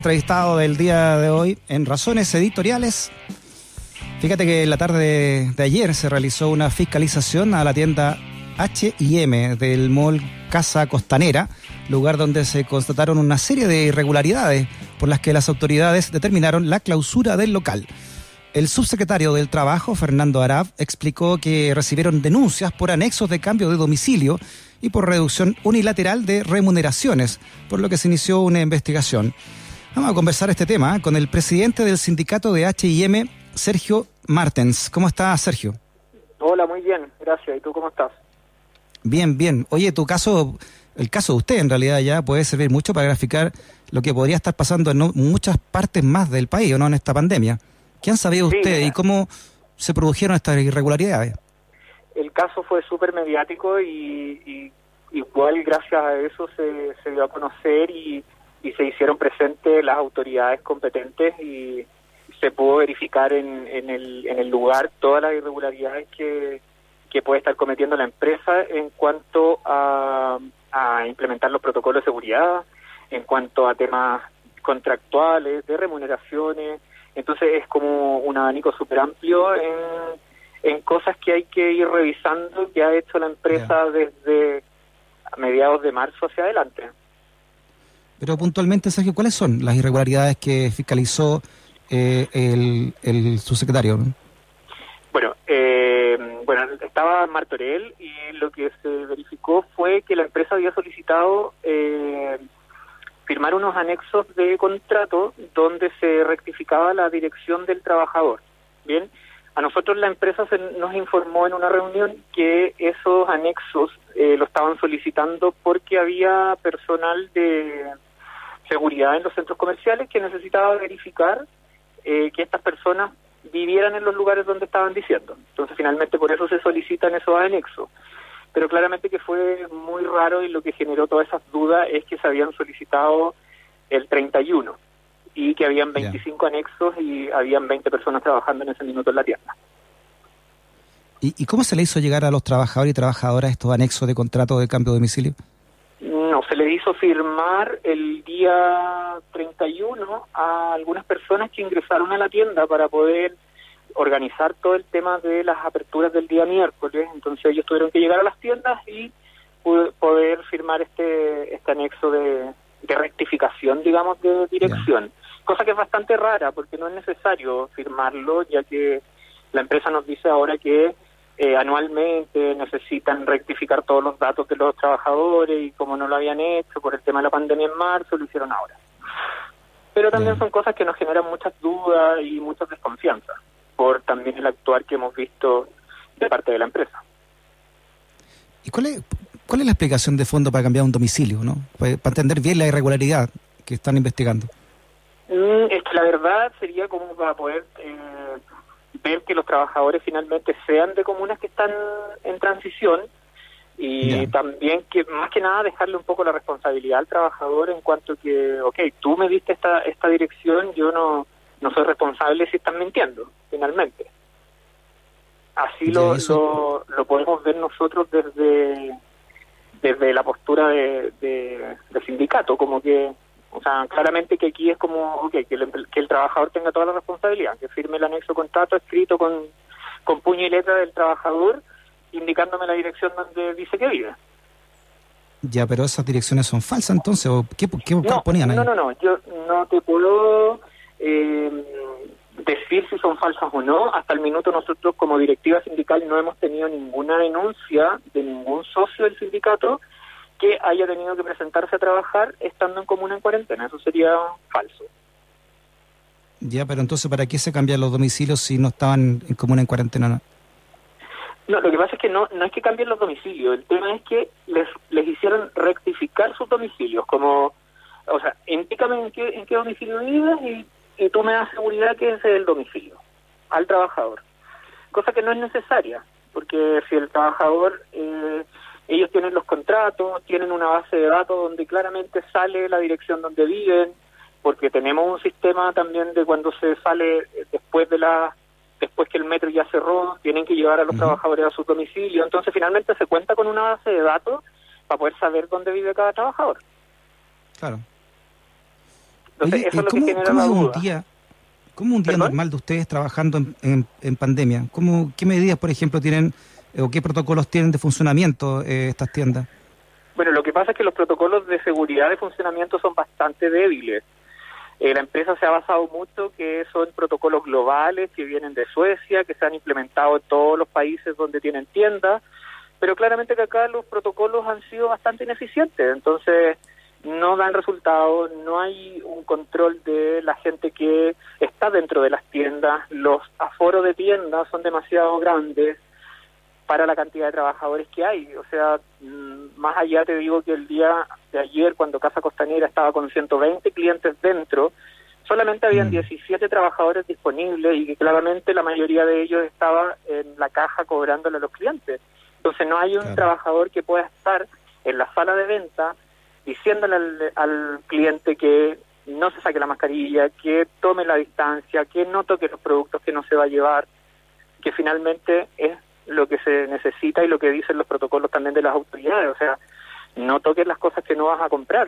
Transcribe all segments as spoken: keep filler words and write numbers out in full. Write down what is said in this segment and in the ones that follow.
Entrevistado del día de hoy en Razones Editoriales. Fíjate que en la tarde de, de ayer se realizó una fiscalización a la tienda H y M del mall Casa Costanera, lugar donde se constataron una serie de irregularidades por las que las autoridades determinaron la clausura del local. El subsecretario del Trabajo, Fernando Arab, explicó que recibieron denuncias por anexos de cambio de domicilio y por reducción unilateral de remuneraciones, por lo que se inició una investigación. Vamos a conversar este tema con el presidente del sindicato de H y M, Sergio Martens. ¿Cómo estás, Sergio? Hola, muy bien, gracias. ¿Y tú cómo estás? Bien, bien. Oye, tu caso, el caso de usted en realidad ya puede servir mucho para graficar lo que podría estar pasando en no, muchas partes más del país, ¿o no?, en esta pandemia. ¿Qué han sabido Sí, ustedes y cómo se produjeron estas irregularidades? El caso fue súper mediático y, y igual gracias a eso se, se dio a conocer y, y se hicieron presentes las autoridades competentes y se pudo verificar en, en, el, en el lugar todas las irregularidades que, que puede estar cometiendo la empresa en cuanto a, a implementar los protocolos de seguridad, en cuanto a temas contractuales, de remuneraciones. Entonces es como un abanico súper amplio en, en cosas que hay que ir revisando que ha hecho la empresa yeah. desde mediados de marzo hacia adelante. Pero puntualmente, Sergio, ¿cuáles son las irregularidades que fiscalizó eh, el, el subsecretario? Bueno, eh, bueno, estaba Martorell y lo que se verificó fue que la empresa había solicitado eh, firmar unos anexos de contrato donde se rectificaba la dirección del trabajador. Bien, a nosotros la empresa se nos informó en una reunión que esos anexos eh, lo estaban solicitando porque había personal de seguridad en los centros comerciales que necesitaba verificar eh, que estas personas vivieran en los lugares donde estaban diciendo. Entonces finalmente por eso se solicitan esos anexos. Pero claramente que fue muy raro y lo que generó todas esas dudas es que se habían solicitado el treinta y uno y que habían veinticinco yeah. anexos y habían veinte personas trabajando en ese minuto en la tienda. ¿Y, ¿Y cómo se le hizo llegar a los trabajadores y trabajadoras estos anexos de contrato de cambio de domicilio? No, se le hizo firmar el día treinta y uno a algunas personas que ingresaron a la tienda para poder organizar todo el tema de las aperturas del día miércoles. Entonces ellos tuvieron que llegar a las tiendas y poder firmar este este anexo de, de rectificación, digamos, de dirección. Yeah. Cosa que es bastante rara porque no es necesario firmarlo, ya que la empresa nos dice ahora que eh, anualmente necesitan rectificar todos los datos de los trabajadores y como no lo habían hecho por el tema de la pandemia en marzo, lo hicieron ahora. Pero también yeah. son cosas que nos generan muchas dudas y muchas desconfianzas por también el actuar que hemos visto de parte de la empresa. ¿Y cuál es, cuál es la explicación de fondo para cambiar un domicilio, no? Para, para entender bien la irregularidad que están investigando. Mm, es que la verdad sería como para poder eh, ver que los trabajadores finalmente sean de comunas que están en transición y yeah. también que más que nada dejarle un poco la responsabilidad al trabajador en cuanto que, ok, tú me diste esta, esta dirección, yo no... no soy responsable si están mintiendo, finalmente. Así lo, lo lo podemos ver nosotros desde desde la postura de, de, de sindicato, como que, o sea, claramente que aquí es como, okay, que, el, que el trabajador tenga toda la responsabilidad, que firme el anexo contrato escrito con, con puño y letra del trabajador, indicándome la dirección donde dice que vive. Ya, pero esas direcciones son falsas entonces, ¿o qué, qué no, ponían ahí? No, no, no, yo no te puedo Eh, decir si son falsas o no. Hasta el minuto nosotros como directiva sindical no hemos tenido ninguna denuncia de ningún socio del sindicato que haya tenido que presentarse a trabajar estando en comuna en cuarentena. Eso sería falso. Ya, pero entonces ¿para qué se cambian los domicilios si no estaban en comuna en cuarentena? No, no lo que pasa es que no no es que cambien los domicilios, el tema es que les, les hicieron rectificar sus domicilios, como, o sea, indícame en qué, en qué domicilio vives y y tú me das seguridad que ese es el domicilio al trabajador, cosa que no es necesaria, porque si el trabajador, eh, ellos tienen los contratos, tienen una base de datos donde claramente sale la dirección donde viven, porque tenemos un sistema también de cuando se sale después de la después que el metro ya cerró, tienen que llevar a los uh-huh. trabajadores a su domicilio, entonces finalmente se cuenta con una base de datos para poder saber dónde vive cada trabajador. Claro. Entonces, Oye, eso es lo ¿cómo, que genera cómo la es duda. un día, cómo un día ¿Perdón? normal de ustedes trabajando en, en, en pandemia? ¿Cómo, ¿Qué medidas, por ejemplo, tienen eh, o qué protocolos tienen de funcionamiento eh, estas tiendas? Bueno, lo que pasa es que los protocolos de seguridad de funcionamiento son bastante débiles. Eh, la empresa se ha basado mucho que son protocolos globales que vienen de Suecia, que se han implementado en todos los países donde tienen tiendas, pero claramente que acá los protocolos han sido bastante ineficientes, entonces no dan resultados, no hay un control de la gente que está dentro de las tiendas, los aforos de tiendas son demasiado grandes para la cantidad de trabajadores que hay, o sea, más allá te digo que el día de ayer cuando Casa Costanera estaba con ciento veinte clientes dentro, solamente habían Mm. diecisiete trabajadores disponibles y que claramente la mayoría de ellos estaba en la caja cobrándole a los clientes. Entonces no hay un Claro. trabajador que pueda estar en la sala de venta diciéndole al, al cliente que no se saque la mascarilla, que tome la distancia, que no toque los productos que no se va a llevar, que finalmente es lo que se necesita y lo que dicen los protocolos también de las autoridades, o sea, no toques las cosas que no vas a comprar.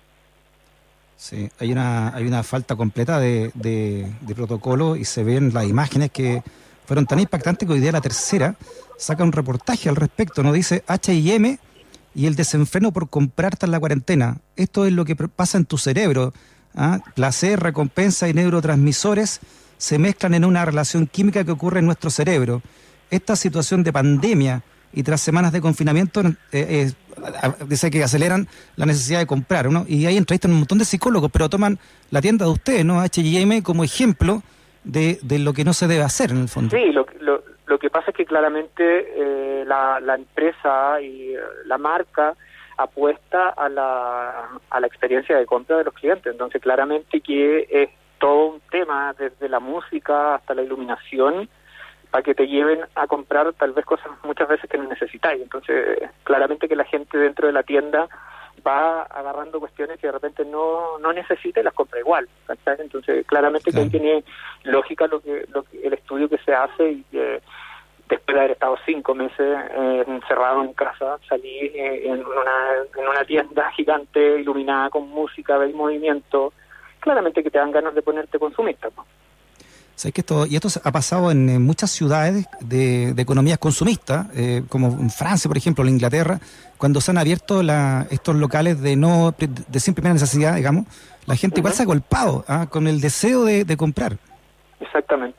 Sí, hay una hay una falta completa de, de, de protocolo y se ven las imágenes que fueron tan impactantes que hoy día La Tercera saca un reportaje al respecto, ¿no? Dice H y M y el desenfreno por comprar tras la cuarentena. Esto es lo que pasa en tu cerebro. ¿Ah? Placer, recompensa y neurotransmisores se mezclan en una relación química que ocurre en nuestro cerebro. Esta situación de pandemia y tras semanas de confinamiento eh, eh, dice que aceleran la necesidad de comprar, ¿no? Y ahí entrevistan un montón de psicólogos, pero toman la tienda de ustedes, ¿no? H y M como ejemplo de, de lo que no se debe hacer en el fondo. Sí, lo, lo, lo que pasa es que claramente eh, la, la empresa y eh, la marca apuesta a la, a la experiencia de compra de los clientes, entonces claramente que es todo un tema desde la música hasta la iluminación para que te lleven a comprar tal vez cosas muchas veces que no necesitáis. Entonces, claramente que la gente dentro de la tienda va agarrando cuestiones que de repente no, no necesita y las compra igual, ¿cachai? Entonces, claramente Claro. que ahí tiene lógica lo que, lo que el estudio que se hace y que después de haber estado cinco meses eh, encerrado en casa, salí eh, en, una, en una tienda gigante iluminada con música, veis movimiento, claramente que te dan ganas de ponerte consumista, ¿no? ¿Sabes que esto, y esto ha pasado en, en muchas ciudades de, de economías consumistas, eh, como en Francia, por ejemplo, en Inglaterra, cuando se han abierto la, estos locales de no de sin primera necesidad, digamos, la gente uh-huh. igual se ha golpeado ¿ah? con el deseo de, de comprar. Exactamente.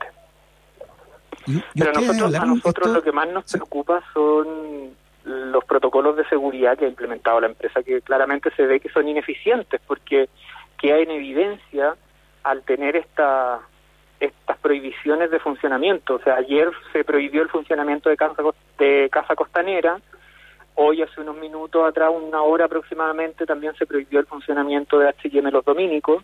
Y, y Pero nosotros, a nosotros esto... lo que más nos sí. preocupa son los protocolos de seguridad que ha implementado la empresa, que claramente se ve que son ineficientes, porque queda en evidencia al tener esta... estas prohibiciones de funcionamiento. O sea, ayer se prohibió el funcionamiento de Casa, de Casa Costanera, hoy hace unos minutos atrás, una hora aproximadamente, también se prohibió el funcionamiento de H y M Los Dominicos,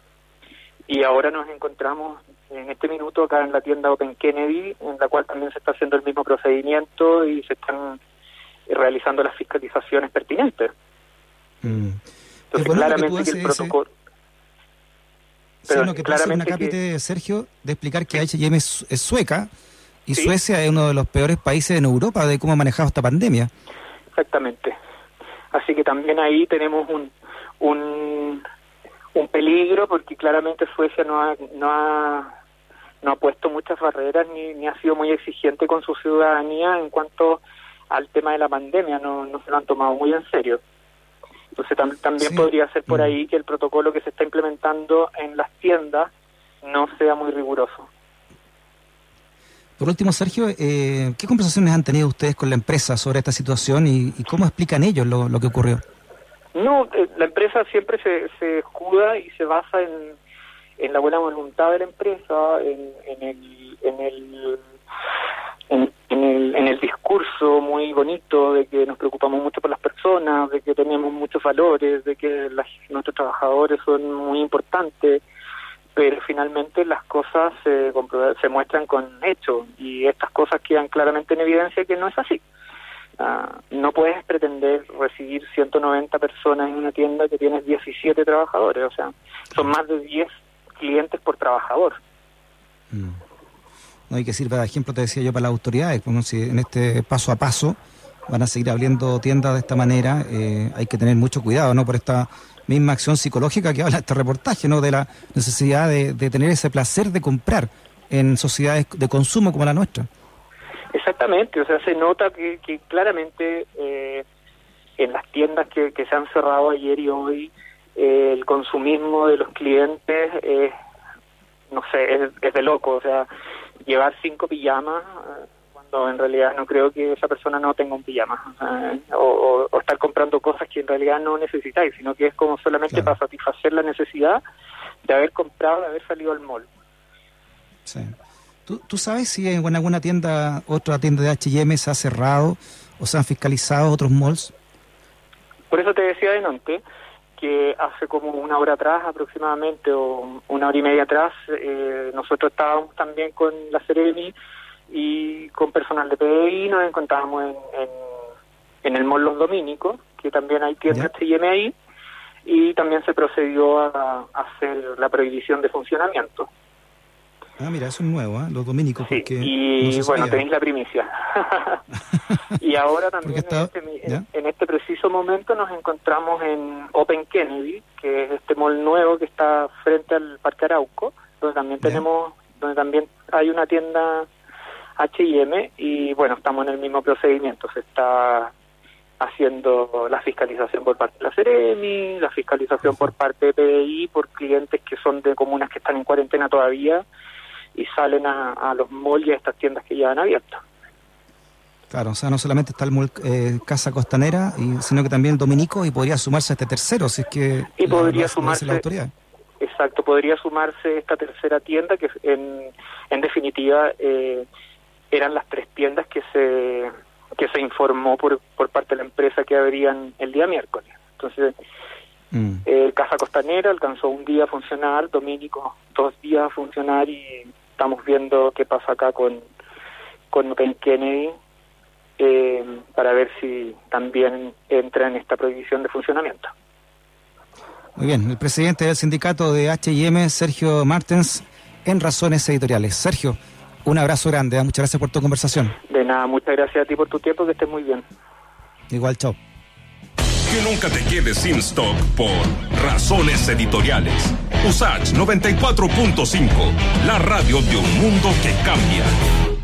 y ahora nos encontramos en este minuto acá en la tienda Open Kennedy, en la cual también se está haciendo el mismo procedimiento y se están realizando las fiscalizaciones pertinentes. Mm. Entonces, bueno claramente que, que el protocolo... Pero sí, lo que tú haces una cápita, que... Sergio, de explicar que H y M es, es sueca y ¿sí? Suecia es uno de los peores países en Europa de cómo ha manejado esta pandemia. Exactamente. Así que también ahí tenemos un un, un peligro, porque claramente Suecia no ha, no ha no ha puesto muchas barreras ni, ni ha sido muy exigente con su ciudadanía en cuanto al tema de la pandemia, no, no se lo han tomado muy en serio. Entonces tam también sí. podría ser por ahí que el protocolo que se está implementando en las tiendas no sea muy riguroso. Por último, Sergio, eh, ¿qué conversaciones han tenido ustedes con la empresa sobre esta situación y, y cómo explican ellos lo, lo que ocurrió? No, eh, la empresa siempre se, se escuda y se basa en, en la buena voluntad de la empresa, en, en el... En el En, en, el, en el discurso muy bonito de que nos preocupamos mucho por las personas, de que tenemos muchos valores, de que las, nuestros trabajadores son muy importantes, pero finalmente las cosas se, se muestran con hechos y estas cosas quedan claramente en evidencia que no es así. Uh, no puedes pretender recibir ciento noventa personas en una tienda que tienes diecisiete trabajadores, o sea, son más de diez clientes por trabajador. Mm. No hay que sirva de ejemplo, te decía yo, para las autoridades, como si en este paso a paso van a seguir abriendo tiendas de esta manera, eh, hay que tener mucho cuidado, ¿no? Por esta misma acción psicológica que habla este reportaje, ¿no? De la necesidad de, de tener ese placer de comprar en sociedades de consumo como la nuestra. Exactamente, o sea, se nota que, que claramente eh, en las tiendas que, que se han cerrado ayer y hoy, eh, el consumismo de los clientes es, no sé, es, es de loco, o sea, llevar cinco pijamas, eh, cuando en realidad no creo que esa persona no tenga un pijama, eh, o, o, o estar comprando cosas que en realidad no necesitáis, sino que es como solamente claro. para satisfacer la necesidad de haber comprado, de haber salido al mall. Sí. ¿Tú, ¿Tú sabes si en alguna tienda, otra tienda de H y M se ha cerrado o se han fiscalizado otros malls? Por eso te decía delante que hace como una hora atrás aproximadamente, o una hora y media atrás, eh, nosotros estábamos también con la Ceremi y con personal de P D I, nos encontrábamos en, en, en el mall Los Dominicos, que también hay tiendas H y M ahí, y también se procedió a, a hacer la prohibición de funcionamiento. Ah, mira, eso es nuevo, ¿eh? Los dominicos. Sí, porque y no bueno, tenéis la primicia. Y ahora también está, en, este, en, en este preciso momento nos encontramos en Open Kennedy, que es este mall nuevo que está frente al Parque Arauco, donde también ¿Ya? tenemos, donde también hay una tienda H y M, y bueno, estamos en el mismo procedimiento. Se está haciendo la fiscalización por parte de la Ceremi, la fiscalización por parte de P D I, por clientes que son de comunas que están en cuarentena todavía, y salen a, a los malls y a estas tiendas que ya han abierto. Claro, o sea, no solamente está el mall eh, Casa Costanera, y, sino que también el Dominico, y podría sumarse a este tercero, si es que y la, podría la, sumarse la autoridad. Exacto, podría sumarse esta tercera tienda, que en, en definitiva eh, eran las tres tiendas que se que se informó por, por parte de la empresa que abrían el día miércoles. Entonces, mm. eh, Casa Costanera alcanzó un día a funcionar, Domínico dos días a funcionar, y estamos viendo qué pasa acá con, con Open Kennedy, eh, para ver si también entra en esta prohibición de funcionamiento. Muy bien, el presidente del sindicato de H y M, Sergio Martens, en Razones Editoriales. Sergio, un abrazo grande, ¿eh? Muchas gracias por tu conversación. De nada, muchas gracias a ti por tu tiempo, que estés muy bien. Igual, chao. Que nunca te quedes sin stock por Razones Editoriales. U S A C noventa y cuatro punto cinco, la radio de un mundo que cambia.